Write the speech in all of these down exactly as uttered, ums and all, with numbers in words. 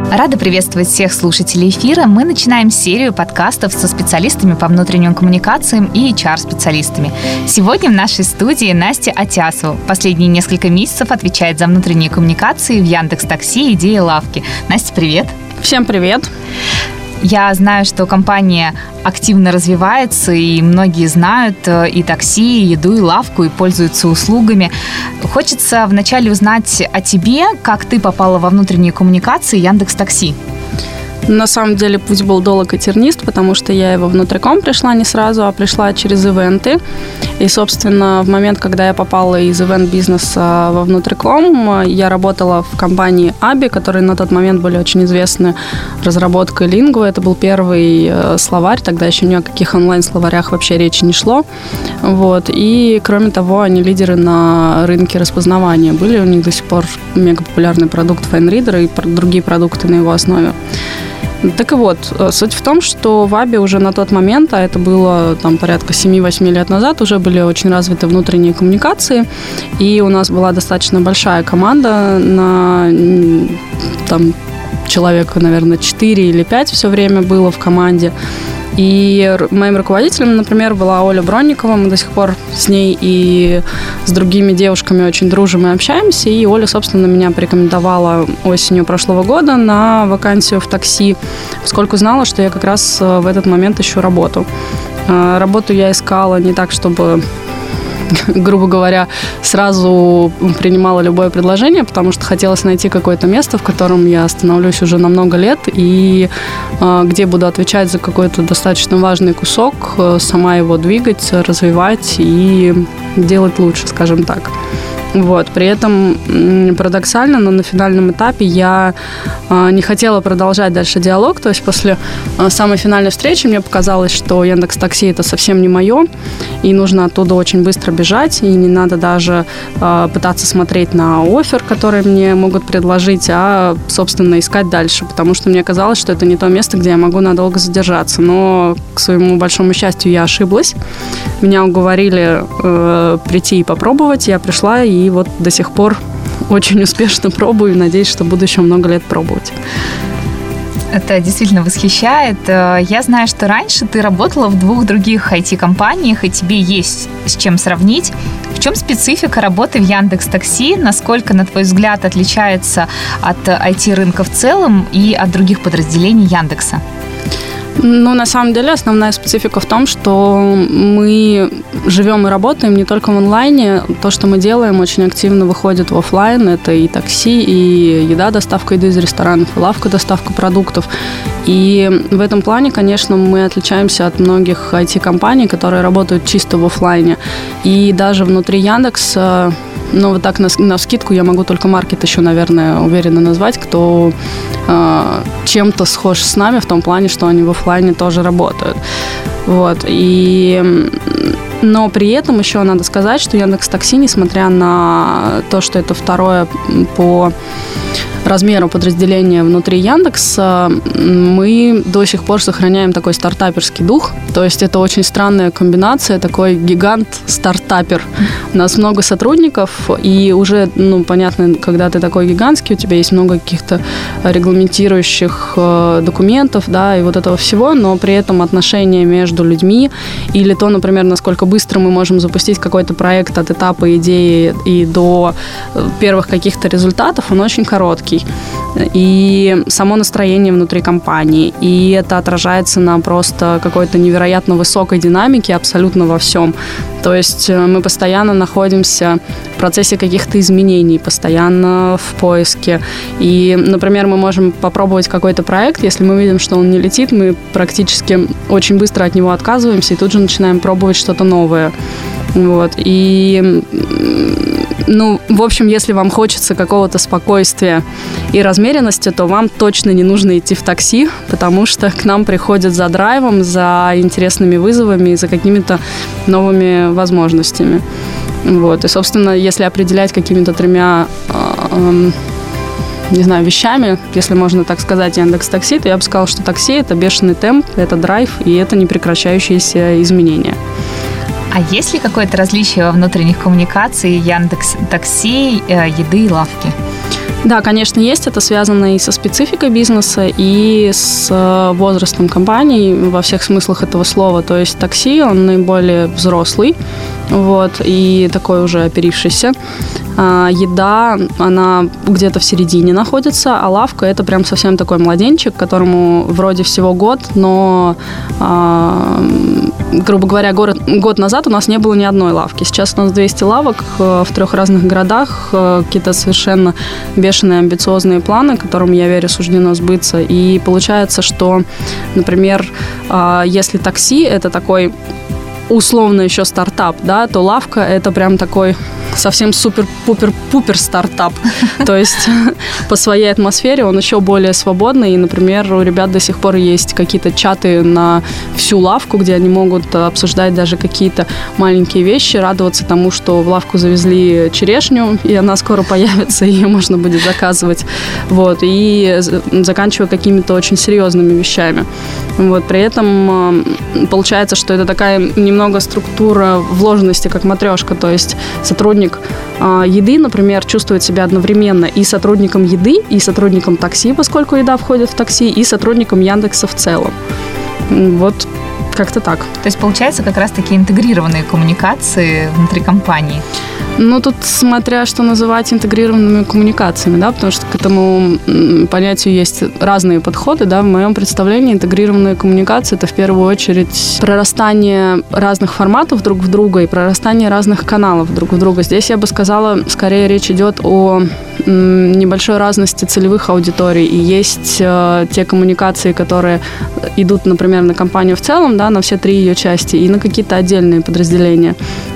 Рада приветствовать всех слушателей эфира. Мы начинаем серию подкастов со специалистами по внутренним коммуникациям и эйч ар-специалистами. Сегодня в нашей студии Настя Атясова. Последние несколько месяцев отвечает за внутренние коммуникации в Яндекс.Такси, «Идея лавки». Настя, привет. Всем привет. Я знаю, что компания активно развивается, и многие знают и такси, и еду, и лавку, и пользуются услугами. Хочется вначале узнать о тебе, как ты попала во внутренние коммуникации Яндекс.Такси. На самом деле путь был долг и тернист, потому что я его внутриком пришла не сразу, а пришла через ивенты. И, собственно, в момент, когда я попала из ивент-бизнеса во внутриком, я работала в компании Аби, которые на тот момент были очень известны разработкой Lingua. Это был первый словарь, тогда еще ни о каких онлайн-словарях вообще речи не шло. Вот. И, кроме того, они лидеры на рынке распознавания. Были у них до сих пор мега популярный продукт FineReader и другие продукты на его основе. Так и вот, суть в том, что в Аби уже на тот момент, а это было там порядка семь-восемь лет назад, уже были очень развиты внутренние коммуникации, и у нас была достаточно большая команда на там человек, наверное, четыре или пять все время было в команде. И моим руководителем, например, была Оля Бронникова. Мы до сих пор с ней и с другими девушками очень дружим и общаемся. И Оля, собственно, меня порекомендовала осенью прошлого года на вакансию в такси, поскольку знала, что я как раз в этот момент ищу работу. Работу я искала не так, чтобы, грубо говоря, сразу принимала любое предложение, потому что хотелось найти какое-то место, в котором я остановлюсь уже на много лет и э, где буду отвечать за какой-то достаточно важный кусок, э, сама его двигать, развивать и делать лучше, скажем так. Вот. При этом парадоксально, но на финальном этапе я э, не хотела продолжать дальше диалог. То есть после э, самой финальной встречи мне показалось, что Яндекс.Такси это совсем не мое, и нужно оттуда очень быстро бежать, и не надо даже э, пытаться смотреть на оффер, который мне могут предложить, а, собственно, искать дальше, потому что мне казалось, что это не то место, где я могу надолго задержаться. Но, к своему большому счастью, я ошиблась. Меня уговорили э, прийти и попробовать. Я пришла и И вот до сих пор очень успешно пробую и надеюсь, что буду еще много лет пробовать. Это действительно восхищает. Я знаю, что раньше ты работала в двух других ай ти-компаниях, и тебе есть с чем сравнить. В чем специфика работы в Яндекс.Такси? Насколько, на твой взгляд, отличается от ай ти-рынка в целом и от других подразделений Яндекса? Ну, на самом деле, основная специфика в том, что мы живем и работаем не только в онлайне. То, что мы делаем, очень активно выходит в офлайн. Это и такси, и еда, доставка еды из ресторанов, и лавка, доставка продуктов. И в этом плане, конечно, мы отличаемся от многих ай ти-компаний, которые работают чисто в офлайне. И даже внутри Яндекса, ну, вот так на, на вскидку я могу только Маркет еще, наверное, уверенно назвать, кто э, чем-то схож с нами в том плане, что они в офлайне тоже работают. Вот. И, но при этом еще надо сказать, что Яндекс.Такси, несмотря на то, что это второе по размеру подразделения внутри Яндекса, мы до сих пор сохраняем такой стартаперский дух. То есть это очень странная комбинация, такой гигант-стартапер. У нас много сотрудников, и уже, ну, понятно, когда ты такой гигантский, у тебя есть много каких-то регламентирующих э, документов, да, и вот этого всего, но при этом отношения между людьми или то, например, насколько быстро мы можем запустить какой-то проект от этапа идеи и до первых каких-то результатов, он очень короткий. И само настроение внутри компании, и это отражается на просто какой-то невероятно высокой динамике абсолютно во всем. То есть мы постоянно находимся в процессе каких-то изменений, постоянно в поиске. И, например, мы можем попробовать какой-то проект, если мы видим, что он не летит, мы практически очень быстро от него отказываемся и тут же начинаем пробовать что-то новое. Вот. И, ну, в общем, если вам хочется какого-то спокойствия и размеренности, то вам точно не нужно идти в такси, потому что к нам приходят за драйвом, за интересными вызовами и за какими-то новыми возможностями. Вот. И, собственно, если определять какими-то тремя э, не знаю, вещами, если можно так сказать, Яндекс.Такси, то я бы сказала, что такси – это бешеный темп, это драйв, и это непрекращающиеся изменения. А есть ли какое-то различие во внутренних коммуникациях Яндекс.Такси, еды и лавки? Да, конечно, есть. Это связано и со спецификой бизнеса, и с возрастом компании во всех смыслах этого слова. То есть такси, он наиболее взрослый, вот, и такой уже оперившийся. А еда, она где-то в середине находится, а лавка – это прям совсем такой младенчик, которому вроде всего год, но, а, грубо говоря, год, год назад у нас не было ни одной лавки. Сейчас у нас двести лавок в трех разных городах, какие-то совершенно бешеные, амбициозные планы, которым, я верю, суждено сбыться. И получается, что, например, если такси – это такой условно еще стартап, да, то лавка – это прям такой совсем супер-пупер-пупер стартап. То есть по своей атмосфере он еще более свободный. И, например, у ребят до сих пор есть какие-то чаты на всю лавку, где они могут обсуждать даже какие-то маленькие вещи, радоваться тому, что в лавку завезли черешню, и она скоро появится, и ее можно будет заказывать. Вот. И заканчивая какими-то очень серьезными вещами. Вот. При этом получается, что это такая немного структура вложенности, как матрешка. То есть сотрудник еды, например, чувствует себя одновременно и сотрудником еды, и сотрудником такси, поскольку еда входит в такси, и сотрудником Яндекса в целом. Вот как-то так. То есть, получается, как раз-таки интегрированные коммуникации внутри компании. Ну, тут смотря, что называть интегрированными коммуникациями, да, потому что к этому понятию есть разные подходы, да. В моем представлении интегрированные коммуникации – это в первую очередь прорастание разных форматов друг в друга и прорастание разных каналов друг в друга. Здесь я бы сказала, скорее речь идет о небольшой разности целевых аудиторий. И есть э, те коммуникации, которые идут, например, на компанию в целом, да, на все три ее части, и на какие-то отдельные подразделения.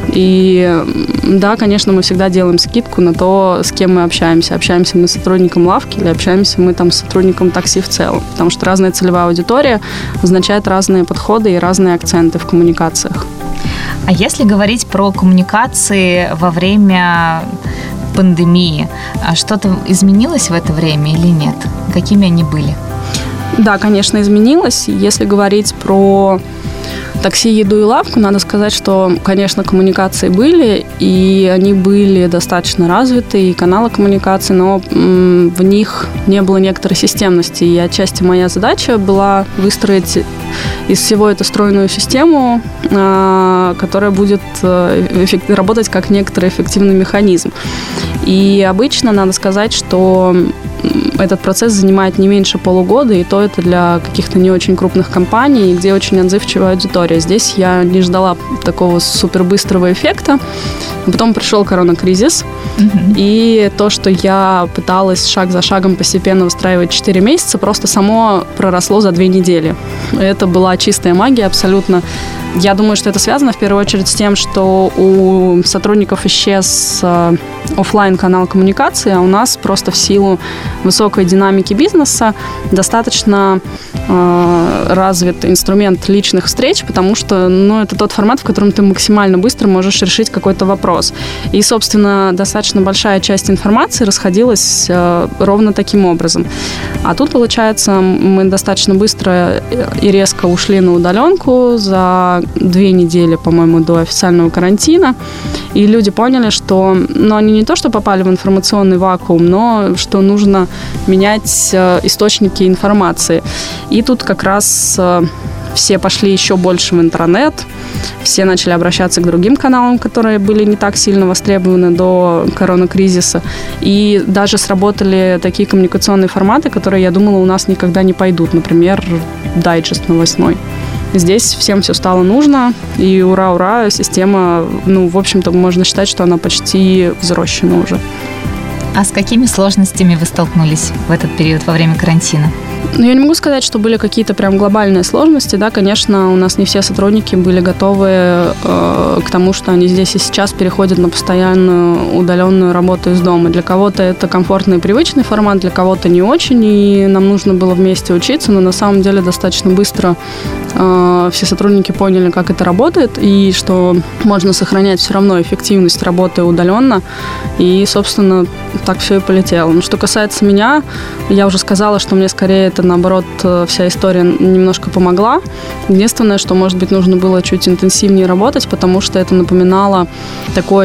И да, конечно, мы всегда делаем скидку на то, с кем мы общаемся. Общаемся мы с сотрудником лавки или общаемся мы там с сотрудником такси в целом. Потому что разная целевая аудитория означает разные подходы и разные акценты в коммуникациях. А если говорить про коммуникации во время пандемии, что-то изменилось в это время или нет? Какими они были? Да, конечно, изменилось. Если говорить про такси, еду и лавку, надо сказать, что, конечно, коммуникации были, и они были достаточно развиты, и каналы коммуникации, но м, в них не было некоторой системности. И отчасти моя задача была выстроить из всего эту стройную систему, э, которая будет э, эффект, работать как некоторый эффективный механизм. И обычно надо сказать, что этот процесс занимает не меньше полугода, и то это для каких-то не очень крупных компаний, где очень отзывчивая аудитория. Здесь я не ждала такого супербыстрого эффекта. Потом пришел коронакризис, mm-hmm. и то, что я пыталась шаг за шагом постепенно выстраивать четыре месяца, просто само проросло за две недели. Это была чистая магия абсолютно. Я думаю, что это связано в первую очередь с тем, что у сотрудников исчез офлайн-канал коммуникации, а у нас просто в силу высокой динамики бизнеса достаточно э, развит инструмент личных встреч, потому что ну, это тот формат, в котором ты максимально быстро можешь решить какой-то вопрос. И, собственно, достаточно большая часть информации расходилась э, ровно таким образом. А тут, получается, мы достаточно быстро и резко ушли на удаленку за две недели, по-моему, до официального карантина. И люди поняли, что ну, они не то, что попали в информационный вакуум, но что нужно менять э, источники информации. И тут как раз э, все пошли еще больше в интернет, все начали обращаться к другим каналам, которые были не так сильно востребованы до коронакризиса. И даже сработали такие коммуникационные форматы, которые, я думала, у нас никогда не пойдут. Например, дайджест новостной. Здесь всем все стало нужно, и ура-ура, система, ну, в общем-то, можно считать, что она почти взрощена уже. А с какими сложностями вы столкнулись в этот период во время карантина? Ну, я не могу сказать, что были какие-то прям глобальные сложности, да, конечно, у нас не все сотрудники были готовы э, к тому, что они здесь и сейчас переходят на постоянную удаленную работу из дома. Для кого-то это комфортный и привычный формат, для кого-то не очень, и нам нужно было вместе учиться, но на самом деле достаточно быстро э, все сотрудники поняли, как это работает, и что можно сохранять все равно эффективность работы удаленно, и, собственно, так все и полетело. Но что касается меня, я уже сказала, что мне скорее это, наоборот, вся история немножко помогла. Единственное, что, может быть, нужно было чуть интенсивнее работать, потому что это напоминало такой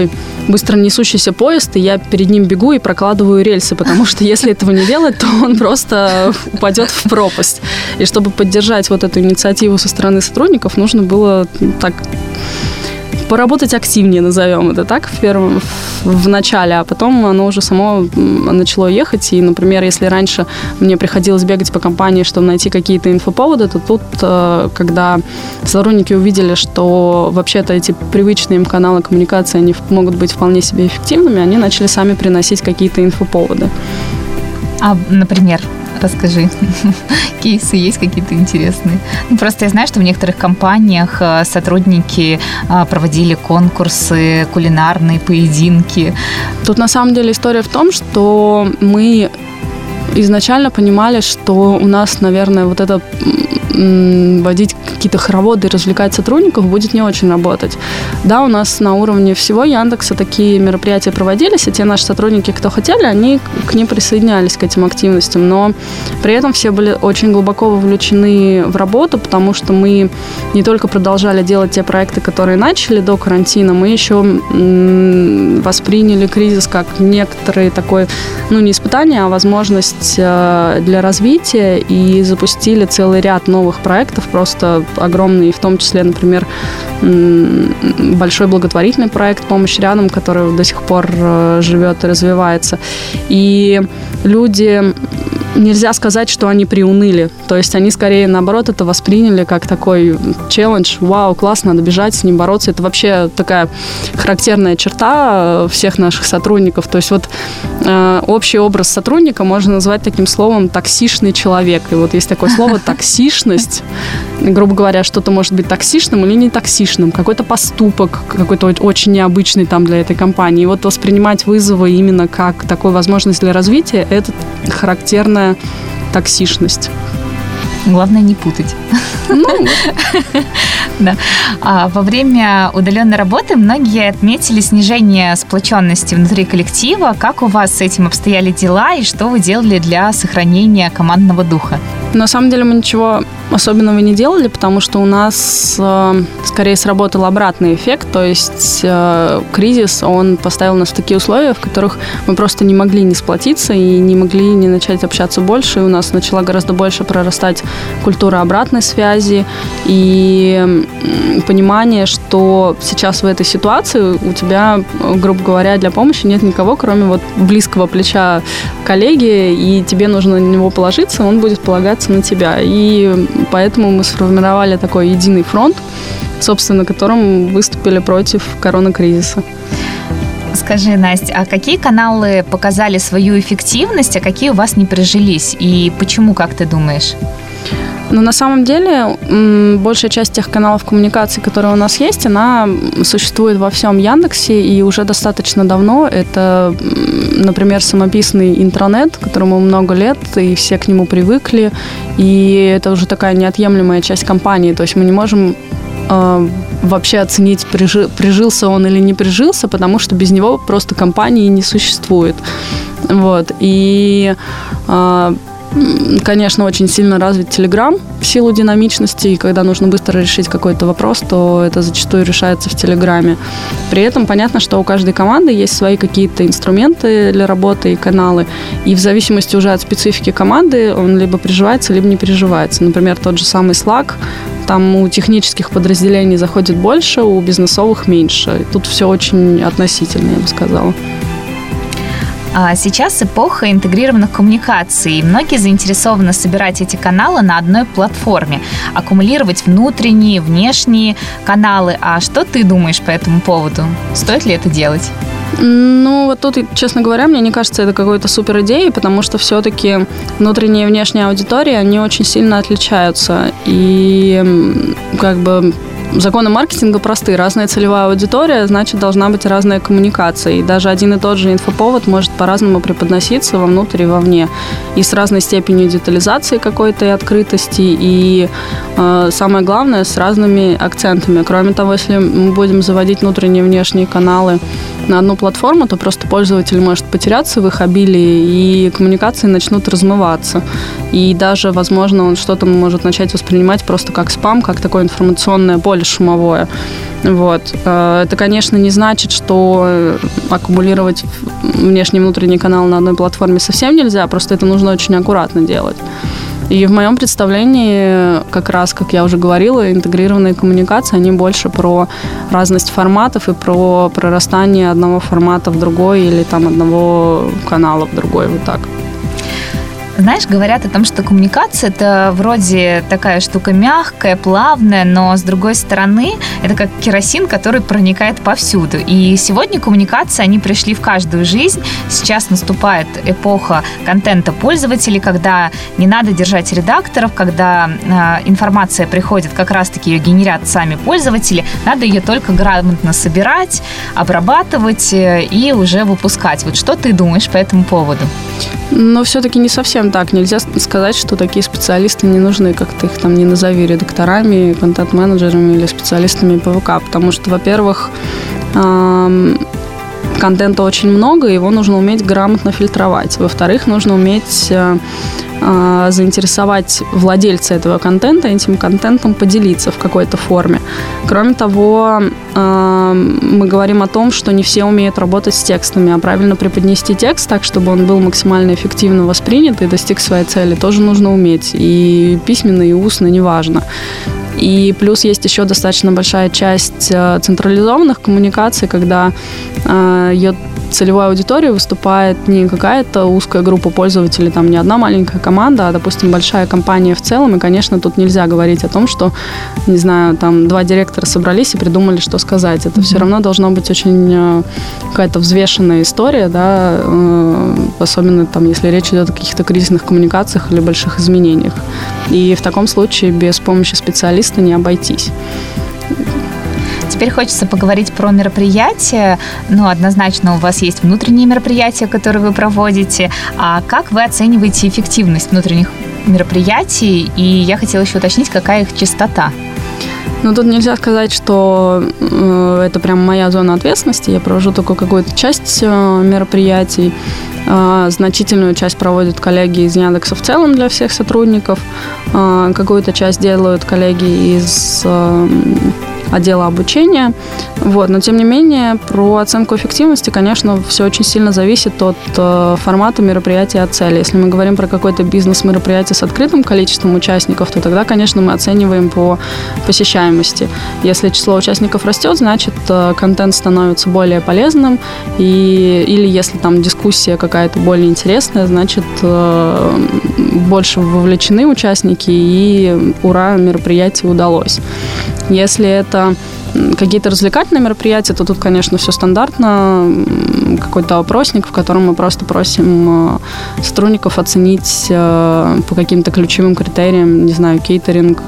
быстро несущийся поезд, и я перед ним бегу и прокладываю рельсы, потому что если этого не делать, то он просто упадет в пропасть. И чтобы поддержать вот эту инициативу со стороны сотрудников, нужно было так поработать активнее, назовем это так, в первом, в начале, а потом оно уже само начало ехать. И, например, если раньше мне приходилось бегать по компании, чтобы найти какие-то инфоповоды, то тут, когда сотрудники увидели, что вообще-то эти привычные им каналы коммуникации, они могут быть вполне себе эффективными, они начали сами приносить какие-то инфоповоды. А, например, расскажи, кейсы есть какие-то интересные? Ну, просто я знаю, что в некоторых компаниях сотрудники проводили конкурсы, кулинарные поединки. Тут на самом деле история в том, что мы изначально понимали, что у нас, наверное, вот это вводить какие-то хороводы и развлекать сотрудников будет не очень работать. Да, у нас на уровне всего Яндекса такие мероприятия проводились, и те наши сотрудники, кто хотели, они к ним присоединялись, к этим активностям, но при этом все были очень глубоко вовлечены в работу, потому что мы не только продолжали делать те проекты, которые начали до карантина, мы еще восприняли кризис как некоторые такое, ну, не испытание, а возможность для развития, и запустили целый ряд новых проектов, просто огромный, в том числе, например, большой благотворительный проект «Помощь рядом», который до сих пор живет и развивается. И люди, нельзя сказать, что они приуныли. То есть они скорее, наоборот, это восприняли как такой челлендж. Вау, классно, надо бежать, с ним бороться. Это вообще такая характерная черта всех наших сотрудников. То есть вот э, общий образ сотрудника можно назвать таким словом «токсичный человек». И вот есть такое слово «токсичность». Грубо говоря, что-то может быть токсичным или не токсичным. Какой-то поступок, какой-то очень необычный там для этой компании. И вот воспринимать вызовы именно как такую возможность для развития – это характерная токсичность. Главное не путать. Ну, да. А во время удаленной работы многие отметили снижение сплоченности внутри коллектива. Как у вас с этим обстояли дела и что вы делали для сохранения командного духа? На самом деле мы ничего особенного не делали, потому что у нас э, скорее сработал обратный эффект, то есть э, кризис, он поставил нас в такие условия, в которых мы просто не могли не сплотиться и не могли не начать общаться больше, и у нас начала гораздо больше прорастать культура обратной связи и э, понимание, что сейчас в этой ситуации у тебя, грубо говоря, для помощи нет никого, кроме вот близкого плеча коллеги, и тебе нужно на него положиться, он будет полагаться на тебя. И поэтому мы сформировали такой единый фронт, собственно, которым выступили против коронакризиса. Скажи, Настя, а какие каналы показали свою эффективность, а какие у вас не прижились? И почему, как ты думаешь? Но на самом деле большая часть тех каналов коммуникации, которые у нас есть, она существует во всем Яндексе и уже достаточно давно. Это, например, самописный интранет, которому много лет, и все к нему привыкли. И это уже такая неотъемлемая часть компании. То есть мы не можем э, вообще оценить, прижи, прижился он или не прижился, потому что без него просто компании не существует. Вот. И э, конечно, очень сильно развит Telegram в силу динамичности, и когда нужно быстро решить какой-то вопрос, то это зачастую решается в Телеграме. При этом понятно, что у каждой команды есть свои какие-то инструменты для работы и каналы, и в зависимости уже от специфики команды он либо приживается, либо не приживается. Например, тот же самый Slack, там у технических подразделений заходит больше, у бизнесовых меньше. Тут все очень относительно, я бы сказала. Сейчас эпоха интегрированных коммуникаций. Многие заинтересованы собирать эти каналы на одной платформе, аккумулировать внутренние, внешние каналы. А что ты думаешь по этому поводу? Стоит ли это делать? Ну, вот тут, честно говоря, мне не кажется это какой-то супер идеей, потому что все-таки внутренняя и внешняя аудитория, они очень сильно отличаются. И как бы законы маркетинга просты. Разная целевая аудитория, значит, должна быть разная коммуникация. И даже один и тот же инфоповод может по-разному преподноситься вовнутрь и вовне. и с разной степенью детализации какой-то и открытости, и э, самое главное, с разными акцентами. Кроме того, если мы будем заводить внутренние и внешние каналы на одну платформу, то просто пользователь может потеряться в их обилии, и коммуникации начнут размываться. И даже, возможно, он что-то может начать воспринимать просто как спам, как такое информационное поле шумовое. Вот. Это, конечно, не значит, что аккумулировать внешний и внутренний канал на одной платформе совсем нельзя, просто это нужно очень аккуратно делать. И в моем представлении, как раз, как я уже говорила, интегрированные коммуникации, они больше про разность форматов и про прорастание одного формата в другой или там одного канала в другой, вот так. Знаешь, говорят о том, что коммуникация – это вроде такая штука мягкая, плавная, но, с другой стороны, это как керосин, который проникает повсюду. И сегодня коммуникации, они пришли в каждую жизнь. Сейчас наступает эпоха контента пользователей, когда не надо держать редакторов, когда э, информация приходит, как раз-таки ее генерят сами пользователи, надо ее только грамотно собирать, обрабатывать э, и уже выпускать. Вот что ты думаешь по этому поводу? Но все-таки не совсем так. Нельзя сказать, что такие специалисты не нужны, как ты их там не назови, редакторами, контент-менеджерами или специалистами ПВК. Потому что, во-первых, эм, контента очень много, его нужно уметь грамотно фильтровать. Во-вторых, нужно уметь э, э, заинтересовать владельца этого контента, этим контентом поделиться в какой-то форме. Кроме того, э, мы говорим о том, что не все умеют работать с текстами, а правильно преподнести текст так, чтобы он был максимально эффективно воспринят и достиг своей цели, тоже нужно уметь. И письменно, и устно, неважно. И плюс есть еще достаточно большая часть централизованных коммуникаций, когда э, ее целевой аудиторией выступает не какая-то узкая группа пользователей, там не одна маленькая команда, а, допустим, большая компания в целом. И, конечно, тут нельзя говорить о том, что, не знаю, там два директора собрались и придумали, что сказать. Это mm-hmm. все равно должна быть очень э, какая-то взвешенная история, да, э, особенно там, если речь идет о каких-то кризисных коммуникациях или больших изменениях. И в таком случае без помощи специалиста не обойтись. Теперь хочется поговорить про мероприятия. Ну, однозначно у вас есть внутренние мероприятия, которые вы проводите. А как вы оцениваете эффективность внутренних мероприятий? И я хотела еще уточнить, какая их частота? Ну, тут нельзя сказать, что э, это прям моя зона ответственности. Я провожу только какую-то часть э, мероприятий. Э, значительную часть проводят коллеги из Яндекса в целом для всех сотрудников. Э, какую-то часть делают коллеги из э, отдела обучения. Вот. Но, тем не менее, про оценку эффективности, конечно, все очень сильно зависит от э, формата мероприятия, от цели. Если мы говорим про какое-то бизнес-мероприятие с открытым количеством участников, то тогда, конечно, мы оцениваем по посещаемости. Если число участников растет, значит, э, контент становится более полезным. И, или если там дискуссия какая-то более интересная, значит, э, больше вовлечены участники, и ура, мероприятие удалось. Если это какие-то развлекательные мероприятия, то тут, конечно, все стандартно. Какой-то опросник, в котором мы просто просим сотрудников оценить по каким-то ключевым критериям, не знаю, кейтеринг,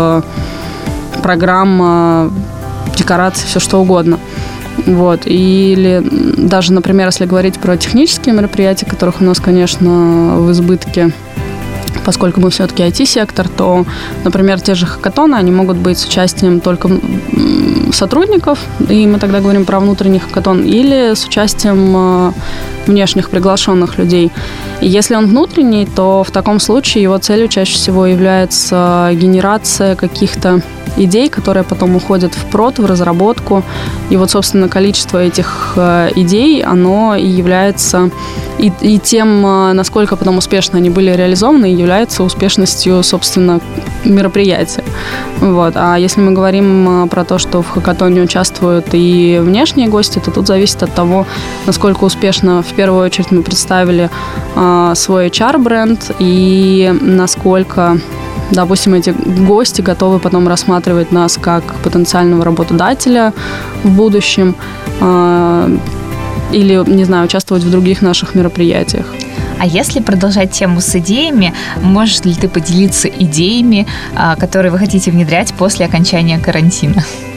программа, декорации, все что угодно. Вот. Или даже, например, если говорить про технические мероприятия, которых у нас, конечно, в избытке, поскольку мы все-таки ай ти-сектор, то, например, те же хакатоны, они могут быть с участием только сотрудников, и мы тогда говорим про внутренний хакатон, или с участием внешних приглашенных людей. И если он внутренний, то в таком случае его целью чаще всего является генерация каких-то идей, которые потом уходят в прод, в разработку. И вот, собственно, количество этих идей, оно и является и, и тем, насколько потом успешно они были реализованы, является успешностью, собственно, мероприятия. Вот. А если мы говорим про то, что в хакатоне участвуют и внешние гости, то тут зависит от того, насколько успешно в первую очередь мы представили э, свой эйч ар-бренд и насколько, допустим, эти гости готовы потом рассматривать нас как потенциального работодателя в будущем э, или, не знаю, участвовать в других наших мероприятиях. А если продолжать тему с идеями, можешь ли ты поделиться идеями, которые вы хотите внедрять после окончания карантина?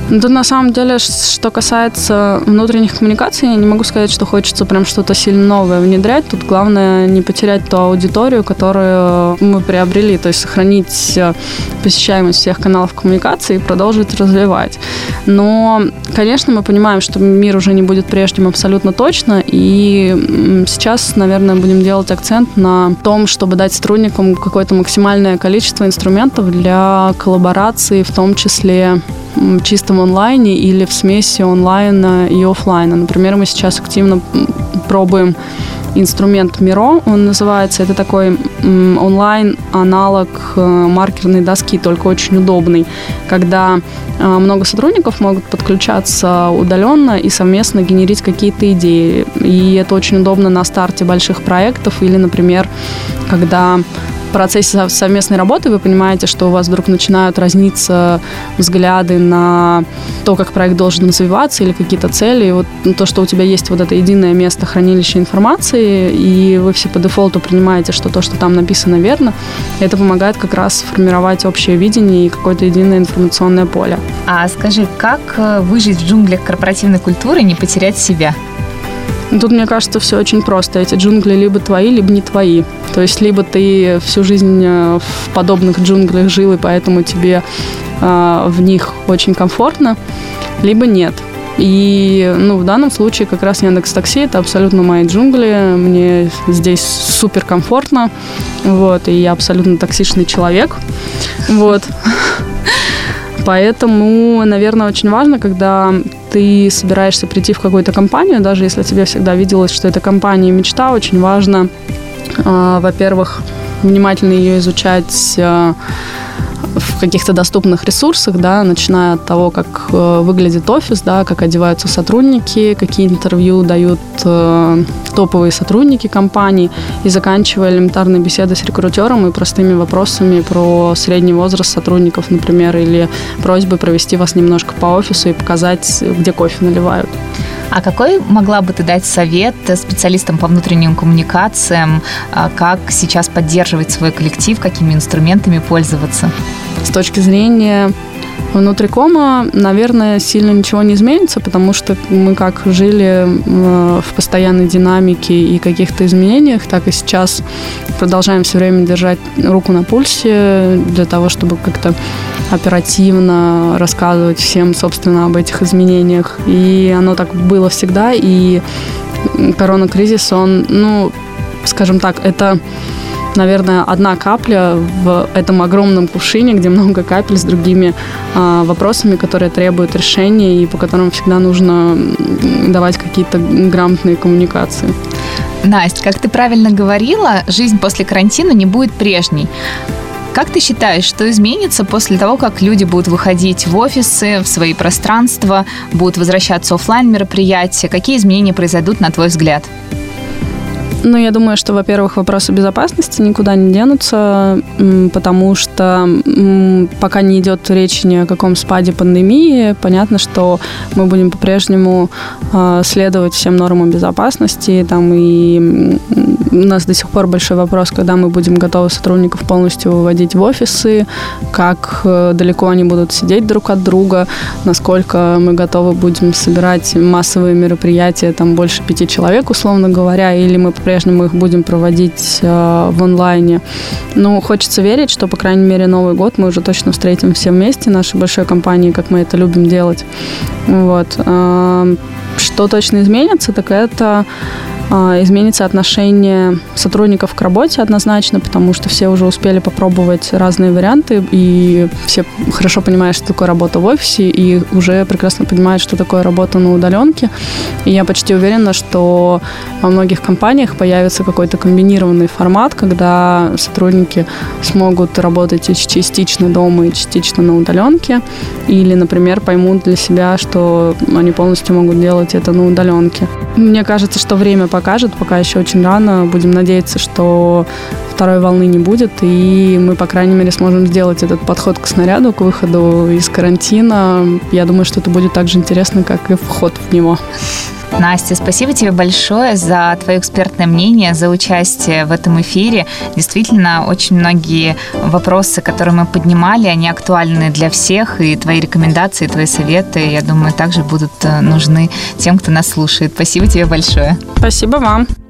Ну, тут на самом деле, что касается внутренних коммуникаций, я не могу сказать, что хочется прям что-то сильно новое внедрять. Тут главное не потерять ту аудиторию, которую мы приобрели, то есть сохранить посещаемость всех каналов коммуникации и продолжить развивать. Но, конечно, мы понимаем, что мир уже не будет прежним абсолютно точно, и сейчас, наверное, будем делать акцент на том, чтобы дать сотрудникам какое-то максимальное количество инструментов для коллаборации, в том числе в чистом онлайне или в смеси онлайна и офлайна. Например, мы сейчас активно пробуем инструмент Miro, он называется. Это такой онлайн-аналог маркерной доски, только очень удобный, когда много сотрудников могут подключаться удаленно и совместно генерить какие-то идеи. И это очень удобно на старте больших проектов или, например, когда в процессе совместной работы вы понимаете, что у вас вдруг начинают разниться взгляды на то, как проект должен развиваться или какие-то цели. И вот то, что у тебя есть вот это единое место хранилища информации, и вы все по дефолту принимаете, что то, что там написано, верно, это помогает как раз формировать общее видение и какое-то единое информационное поле. А скажи, как выжить в джунглях корпоративной культуры и не потерять себя? Тут, мне кажется, все очень просто. Эти джунгли либо твои, либо не твои. То есть либо ты всю жизнь в подобных джунглях жил, и поэтому тебе э, в них очень комфортно, либо нет. И ну, в данном случае как раз Яндекс.Такси – это абсолютно мои джунгли. Мне здесь супер комфортно, вот, и я абсолютно токсичный человек. Вот. Поэтому, наверное, очень важно, когда ты собираешься прийти в какую-то компанию, даже если тебе всегда виделось, что это компания мечта, очень важно, э, во-первых, внимательно ее изучать э, в каких-то доступных ресурсах, да, начиная от того, как э, выглядит офис, да, как одеваются сотрудники, какие интервью дают э, топовые сотрудники компаний, и заканчивая элементарной беседой с рекрутером и простыми вопросами про средний возраст сотрудников, например, или просьбы провести вас немножко по офису и показать, где кофе наливают. А какой могла бы ты дать совет специалистам по внутренним коммуникациям, как сейчас поддерживать свой коллектив, какими инструментами пользоваться? С точки зрения внутрикома, наверное, сильно ничего не изменится, потому что мы как жили в постоянной динамике и каких-то изменениях, так и сейчас продолжаем все время держать руку на пульсе для того, чтобы как-то оперативно рассказывать всем, собственно, об этих изменениях. И оно так было всегда, и коронакризис, он, ну, скажем так, это, наверное, одна капля в этом огромном кувшине, где много капель с другими а, вопросами, которые требуют решения и по которым всегда нужно давать какие-то грамотные коммуникации. Настя, как ты правильно говорила, жизнь после карантина не будет прежней. Как ты считаешь, что изменится после того, как люди будут выходить в офисы, в свои пространства, будут возвращаться офлайн мероприятия? Какие изменения произойдут, на твой взгляд? Ну, я думаю, что, во-первых, вопросы безопасности никуда не денутся, потому что пока не идет речь ни о каком спаде пандемии, понятно, что мы будем по-прежнему следовать всем нормам безопасности, там, и у нас до сих пор большой вопрос, когда мы будем готовы сотрудников полностью выводить в офисы, как далеко они будут сидеть друг от друга, насколько мы готовы будем собирать массовые мероприятия, там, больше пяти человек, условно говоря, или мы по-прежнему их будем проводить э, в онлайне. Ну, хочется верить, что, по крайней мере, Новый год мы уже точно встретим все вместе, нашей большой компании, как мы это любим делать. Вот. Э, что точно изменится, так это изменится отношение сотрудников к работе однозначно, потому что все уже успели попробовать разные варианты, и все хорошо понимают, что такое работа в офисе, и уже прекрасно понимают, что такое работа на удаленке. И я почти уверена, что во многих компаниях появится какой-то комбинированный формат, когда сотрудники смогут работать частично дома и частично на удаленке, или, например, поймут для себя, что они полностью могут делать это на удаленке. Мне кажется, что время покажет, пока еще очень рано. Будем надеяться, что второй волны не будет, и мы, по крайней мере, сможем сделать этот подход к снаряду, к выходу из карантина. Я думаю, что это будет так же интересно, как и вход в него. Настя, спасибо тебе большое за твое экспертное мнение, за участие в этом эфире. Действительно, очень многие вопросы, которые мы поднимали, они актуальны для всех, и твои рекомендации, твои советы, я думаю, также будут нужны тем, кто нас слушает. Спасибо тебе большое. Спасибо вам.